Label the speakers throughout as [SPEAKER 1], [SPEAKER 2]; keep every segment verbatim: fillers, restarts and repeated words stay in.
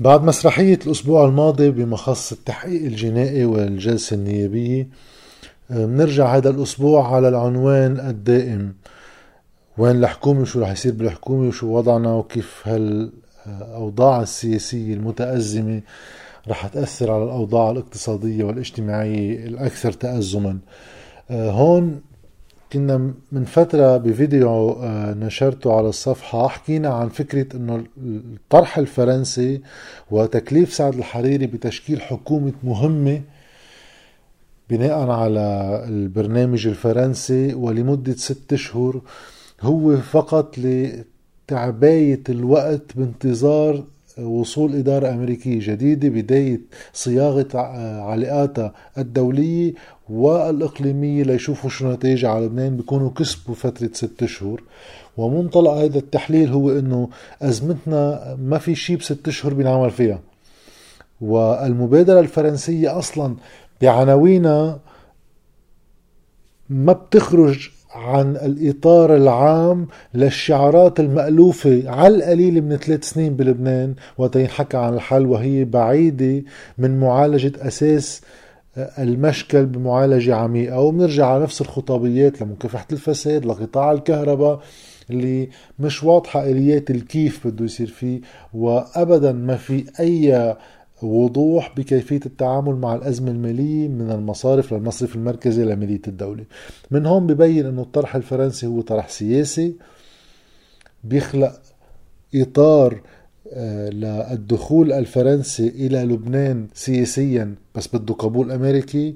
[SPEAKER 1] بعد مسرحية الأسبوع الماضي بمخص التحقيق الجنائي والجلسة النيابية، بنرجع هذا الأسبوع على العنوان الدائم: وين الحكومة، وشو رح يصير بالحكومة، وشو وضعنا، وكيف هالأوضاع السياسية المتأزمة رح تأثر على الأوضاع الاقتصادية والاجتماعية الأكثر تأزما. هون كنا من فترة بفيديو نشرته على الصفحة حكينا عن فكرة انه الطرح الفرنسي وتكليف سعد الحريري بتشكيل حكومة مهمة بناء على البرنامج الفرنسي ولمدة ست اشهر هو فقط لتعباية الوقت بانتظار وصول إدارة أمريكية جديدة، بداية صياغة علاقاتها الدولية والإقليمية ليشوفوا شو نتائج على لبنان. بيكونوا كسبوا فترة ست اشهر، ومنطلق هذا التحليل هو انه ازمتنا ما في شيء بست اشهر بنعمل فيها. والمبادرة الفرنسية اصلا بعناوينها ما بتخرج عن الإطار العام للشعارات المألوفة على القليل من ثلاث سنين بلبنان وتينحكى عن الحل، وهي بعيدة من معالجة أساس المشكل بمعالجة عميقة. وبنرجع على نفس الخطابيات لمكافحة الفساد، لقطاع الكهرباء اللي مش واضحة آليات الكيف بده يصير فيه، وأبدا ما في أي وضوح بكيفية التعامل مع الأزمة المالية من المصارف للمصرف المركزي لمالية الدولة. من هون ببين أنه الطرح الفرنسي هو طرح سياسي بيخلق إطار للدخول الفرنسي إلى لبنان سياسيا، بس بده قبول أمريكي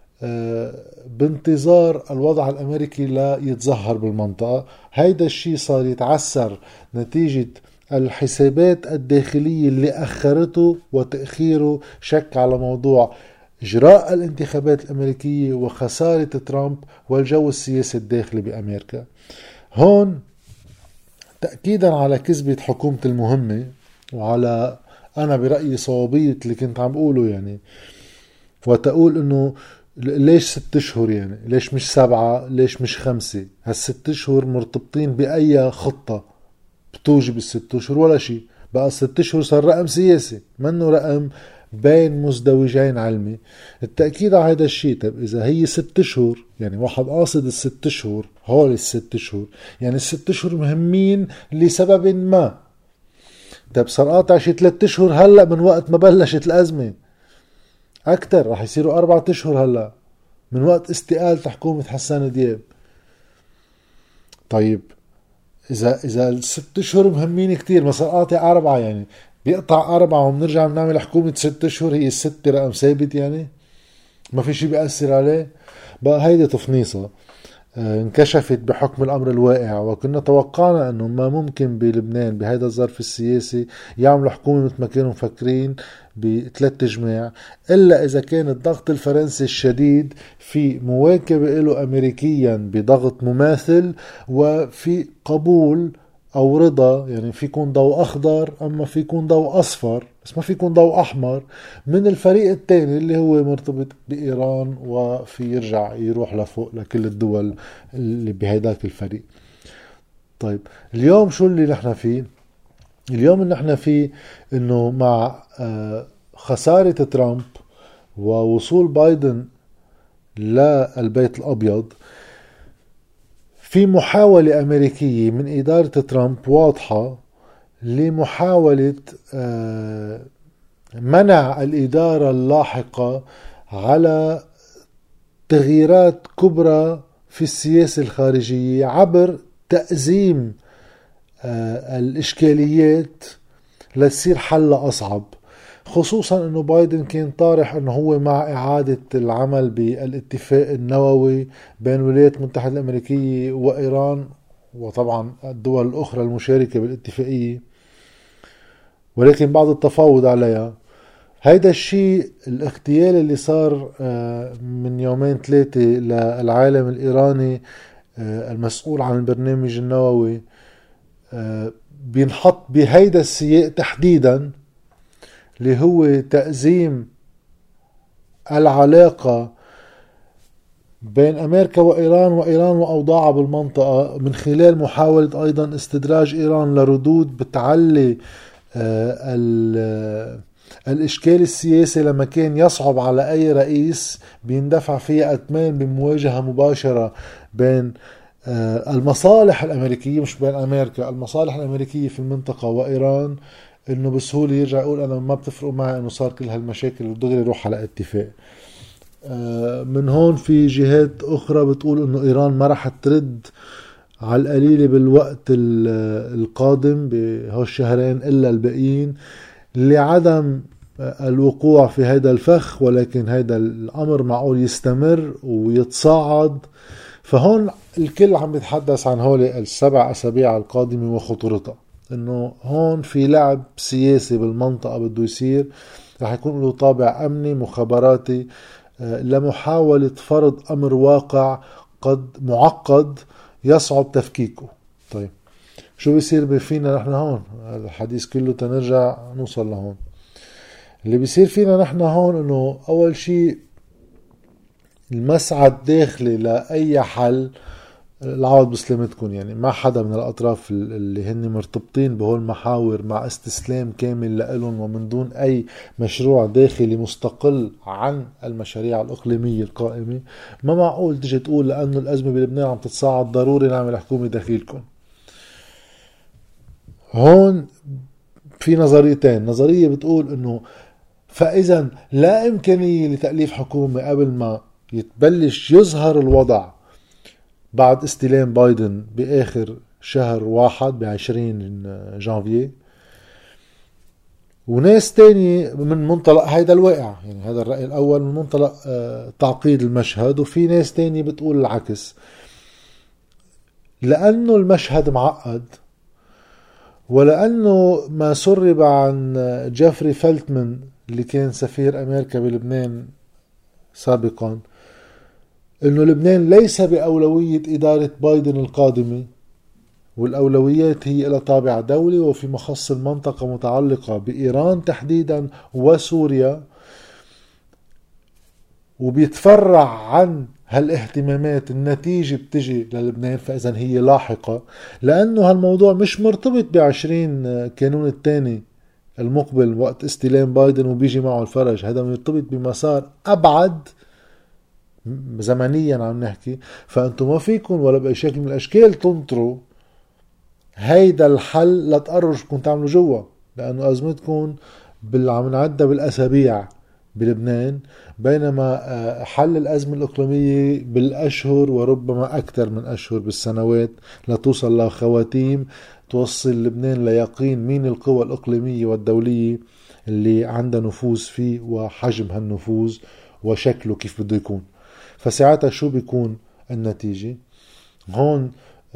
[SPEAKER 1] بانتظار الوضع الأمريكي لا يتظهر بالمنطقة. هيدا الشيء صار يتعسر نتيجة الحسابات الداخلية اللي أخرته، وتأخيره شك على موضوع إجراء الانتخابات الأمريكية وخسارة ترامب والجو السياسي الداخلي بأمريكا. هون تأكيدا على كذبة حكومة المهمة وعلى أنا برأيي صوابية اللي كنت عم بقوله، يعني وتقول إنه ليش ست اشهر، يعني ليش مش سبعة، ليش مش خمسة؟ هالست اشهر مرتبطين بأي خطة بتوجب الست اشهر ولا شيء. بقى الست اشهر صار رقم سياسي منه رقم بين مزدوجين علمي. التأكيد على هذا الشيء، طب إذا هي ست اشهر، يعني واحد قاصد الست اشهر، هول الست اشهر يعني الست اشهر مهمين لسبب ما. طب صار قاطع شي ثلاث اشهر هلا من وقت ما بلشت الأزمة، أكتر رح يصيروا أربعة اشهر هلا من وقت استقالة حكومة حسان دياب. طيب إذا إذا الست اشهر مهمين كتير، ما صار قاطع أربعة، يعني بيقطع أربعة وبنرجع بنعمل حكومة ست اشهر، هي الستة رقم ثابت، يعني ما في شي بيأثر عليه. بقى هيدي تفنيصة انكشفت بحكم الأمر الواقع، وكنا توقعنا أنه ما ممكن بلبنان بهذا الظرف السياسي يعملوا حكومة مثل ما كانوا مفكرين بثلاث تجماع، إلا إذا كان الضغط الفرنسي الشديد في مواكبة له أمريكيا بضغط مماثل، وفي قبول أو رضا، يعني في يكون ضوء أخضر أما في يكون ضوء أصفر، بس ما في يكون ضوء أحمر من الفريق الثاني اللي هو مرتبط بإيران، وفي يرجع يروح لفوق لكل الدول اللي بهيداك الفريق. طيب اليوم شو اللي نحن فيه؟ اليوم اللي نحن فيه انه مع خسارة ترامب ووصول بايدن للبيت الأبيض، في محاولة أمريكية من إدارة ترامب واضحة لمحاولة منع الإدارة اللاحقة على تغييرات كبرى في السياسة الخارجية عبر تأزيم الإشكاليات لتصير حلها أصعب. خصوصا أنه بايدن كان طارح أنه هو مع إعادة العمل بالاتفاق النووي بين الولايات المتحدة الأمريكية وإيران، وطبعا الدول الأخرى المشاركة بالاتفاقية، ولكن بعد التفاوض عليها. هيدا الشيء الاغتيال اللي صار من يومين ثلاثة للعالم الإيراني المسؤول عن البرنامج النووي بينحط بهيدا السياق تحديدا، اللي هو تأزيم العلاقة بين أمريكا وإيران وإيران وأوضاعها بالمنطقة، من خلال محاولة أيضا استدراج إيران لردود بتعلي الإشكال السياسي لما كان يصعب على أي رئيس بيندفع فيها أثمان بمواجهة مباشرة بين المصالح الأمريكية، مش بين أمريكا، المصالح الأمريكية في المنطقة وإيران، إنه بسهولة يرجع يقول أنا ما بتفرقوا معي إنه صار كل هالمشاكل ودغري يروح على اتفاق. من هون في جهات أخرى بتقول إنه إيران ما رح ترد على القليلة بالوقت القادم بهالشهرين إلا الباقيين لعدم الوقوع في هذا الفخ، ولكن هذا الأمر معقول يستمر ويتصاعد. فهون الكل عم يتحدث عن هولي السبع أسابيع القادمة وخطورتها، إنه هون في لعب سياسي بالمنطقة بده يصير، رح يكون له طابع أمني مخابراتي لمحاولة فرض أمر واقع قد معقد يصعب تفكيكه. طيب شو بيصير بفينا نحن هون؟ الحديث كله تنرجع نوصل لهون. اللي بيصير فينا نحن هون انه اول شيء المسعى الداخلي لأي حل العوض بسلامتكم، يعني ما حدا من الأطراف اللي هن مرتبطين بهول المحاور مع استسلام كامل لإلهم ومن دون أي مشروع داخلي مستقل عن المشاريع الإقليمية القائمة. ما معقول تجي تقول لأنه الأزمة بلبنان عم تتصاعد ضروري نعمل حكومة داخلكم. هون في نظريتين، نظرية بتقول انه فإذا لا إمكانية لتأليف حكومة قبل ما يتبلش يظهر الوضع بعد استلام بايدن بآخر شهر واحد بعشرين جانفية، وناس تاني من منطلق هيدا الواقع، يعني هذا الرأي الأول من منطلق تعقيد المشهد، وفي ناس تاني بتقول العكس، لأنه المشهد معقد ولأنه ما سرب عن جيفري فلتمان اللي كان سفير أمريكا بلبنان سابقا انه لبنان ليس بأولوية إدارة بايدن القادمة، والأولويات هي إلى طابع دولي وفي مخص المنطقة متعلقة بإيران تحديدا وسوريا، وبيتفرع عن هالاهتمامات النتيجة بتجي للبنان، فإذا هي لاحقة، لأنه هالموضوع مش مرتبط بعشرين كانون الثاني المقبل وقت استلام بايدن وبيجي معه الفرج، هذا مرتبط بمسار أبعد زمنيا عم نحكي. فأنتم ما فيكم ولا بأي شكل من الأشكال تنطروا هيدا الحل لتقرروا شو بدكم تعملوا جوا، لأنه أزمتكم عم نعدها بالأسابيع بلبنان، بينما حل الأزمة الإقليمية بالأشهر وربما أكثر من أشهر بالسنوات لتوصل لخواتيم توصل لبنان ليقين مين القوى الإقليمية والدولية اللي عندها نفوذ فيه وحجم هالنفوذ وشكله كيف بده يكون. فساعتها شو بيكون النتيجة؟ هون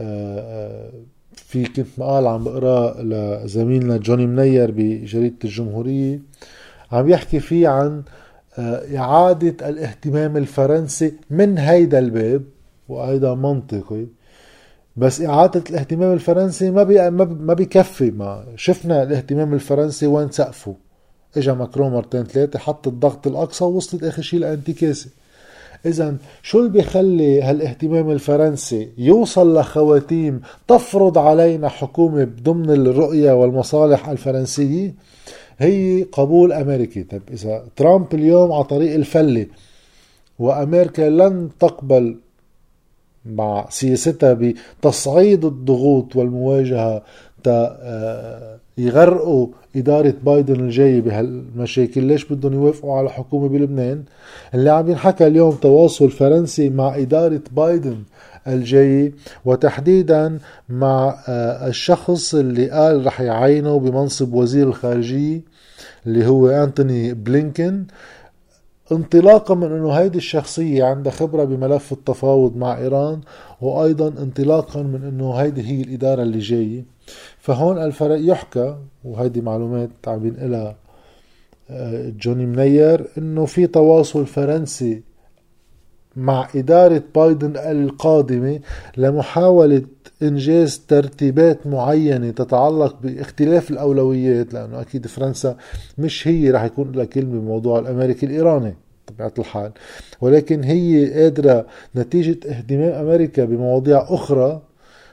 [SPEAKER 1] في كنت مقال عم بقرأ لزميلنا جوني منير بجريدة الجمهورية عم يحكي فيه عن إعادة الاهتمام الفرنسي من هيدا الباب، وأيضا منطقي، بس إعادة الاهتمام الفرنسي ما بي ما بيكفي. ما شفنا الاهتمام الفرنسي وين سقفه، اجا ماكرون مرتين ثلاثة حط الضغط الأقصى ووصلت آخر شيء لانتكاسة. إذن شو اللي بيخلي هالاهتمام الفرنسي يوصل لخواتيم تفرض علينا حكومة ضمن الرؤية والمصالح الفرنسية؟ هي قبول أمريكي. طيب إذا ترامب اليوم على طريق الفلة وأمريكا لن تقبل مع سياستها بتصعيد الضغوط والمواجهة تا يغرقوا إدارة بايدن الجاي بهالمشاكل، ليش بدهم يوافقوا على حكومة بلبنان؟ اللي عم ينحكى اليوم تواصل فرنسي مع إدارة بايدن الجاي، وتحديدا مع الشخص اللي قال رح يعينه بمنصب وزير الخارجية اللي هو أنتوني بلينكن، انطلاقا من انه هيدي الشخصية عندها خبرة بملف التفاوض مع ايران، وايضا انطلاقا من انه هيدي هي الادارة اللي جاية. فهون الفرق يحكى، وهيدي معلومات عم ينقلها جوني منير، انه في تواصل فرنسي مع ادارة بايدن القادمة لمحاولة انجاز ترتيبات معينة تتعلق باختلاف الاولويات، لانه اكيد فرنسا مش هي رح يكون لها كلمة بموضوع الامريكي الايراني طبيعة الحال، ولكن هي قادرة نتيجة اهتمام امريكا بمواضيع اخرى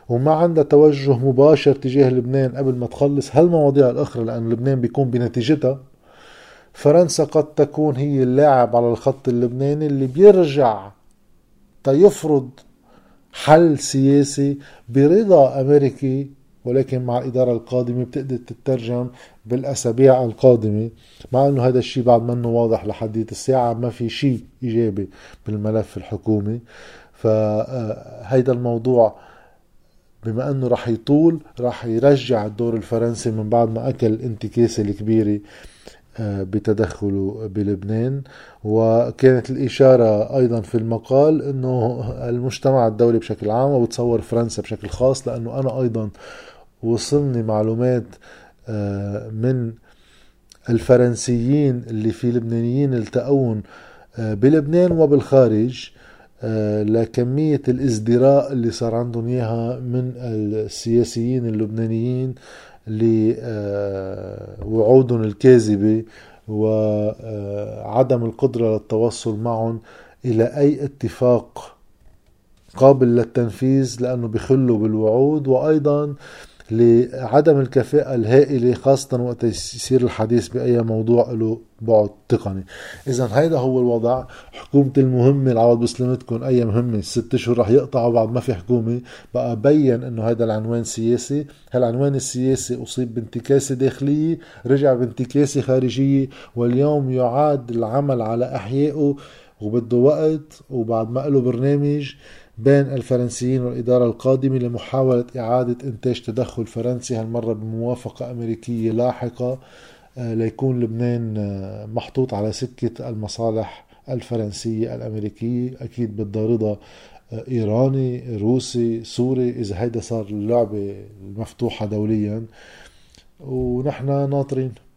[SPEAKER 1] وما عندها توجه مباشر تجاه لبنان قبل ما تخلص هالمواضيع الأخرى، لأن لبنان بيكون بنتيجتها فرنسا قد تكون هي اللاعب على الخط اللبناني اللي بيرجع تيفرض حل سياسي برضا أمريكي، ولكن مع الإدارة القادمة بتقدر تترجم بالأسابيع القادمة، مع أنه هذا الشيء بعد منه واضح لحديت الساعة، ما في شيء إيجابي بالملف الحكومي. فهيدا الموضوع بما أنه رح يطول رح يرجع الدور الفرنسي من بعد ما أكل انتكاسة الكبيرة بتدخله بلبنان. وكانت الإشارة أيضا في المقال أنه المجتمع الدولي بشكل عام وبتصور فرنسا بشكل خاص، لأنه أنا أيضا وصلني معلومات من الفرنسيين اللي في لبنانيين التقون بلبنان وبالخارج لكمية الازدراء اللي صار عندهم إياها من السياسيين اللبنانيين لوعودهم الكاذبة وعدم القدرة للتوصل معهم إلى أي اتفاق قابل للتنفيذ، لأنه بيخلوا بالوعود، وأيضا لعدم الكفاءة الهائلة خاصة وقت يصير الحديث بأي موضوع له بعد تقني. إذن هيدا هو الوضع. حكومة المهمة العوض بسلمتكم أي مهمة ست اشهر رح يقطعوا بعد ما في حكومة. بقى بين أنه هيدا العنوان سياسي، هالعنوان السياسي أصيب بانتكاسة داخلية رجع بانتكاسة خارجية، واليوم يعاد العمل على أحيائه وبده وقت، وبعد ما له برنامج بين الفرنسيين والإدارة القادمة لمحاولة إعادة إنتاج تدخل فرنسي هالمرة بموافقة أمريكية لاحقة، ليكون لبنان محطوط على سكة المصالح الفرنسية الأمريكية. أكيد بدها رضا إيراني روسي سوري إذا هيدا صار اللعبة المفتوحة دوليا، ونحن ناطرين.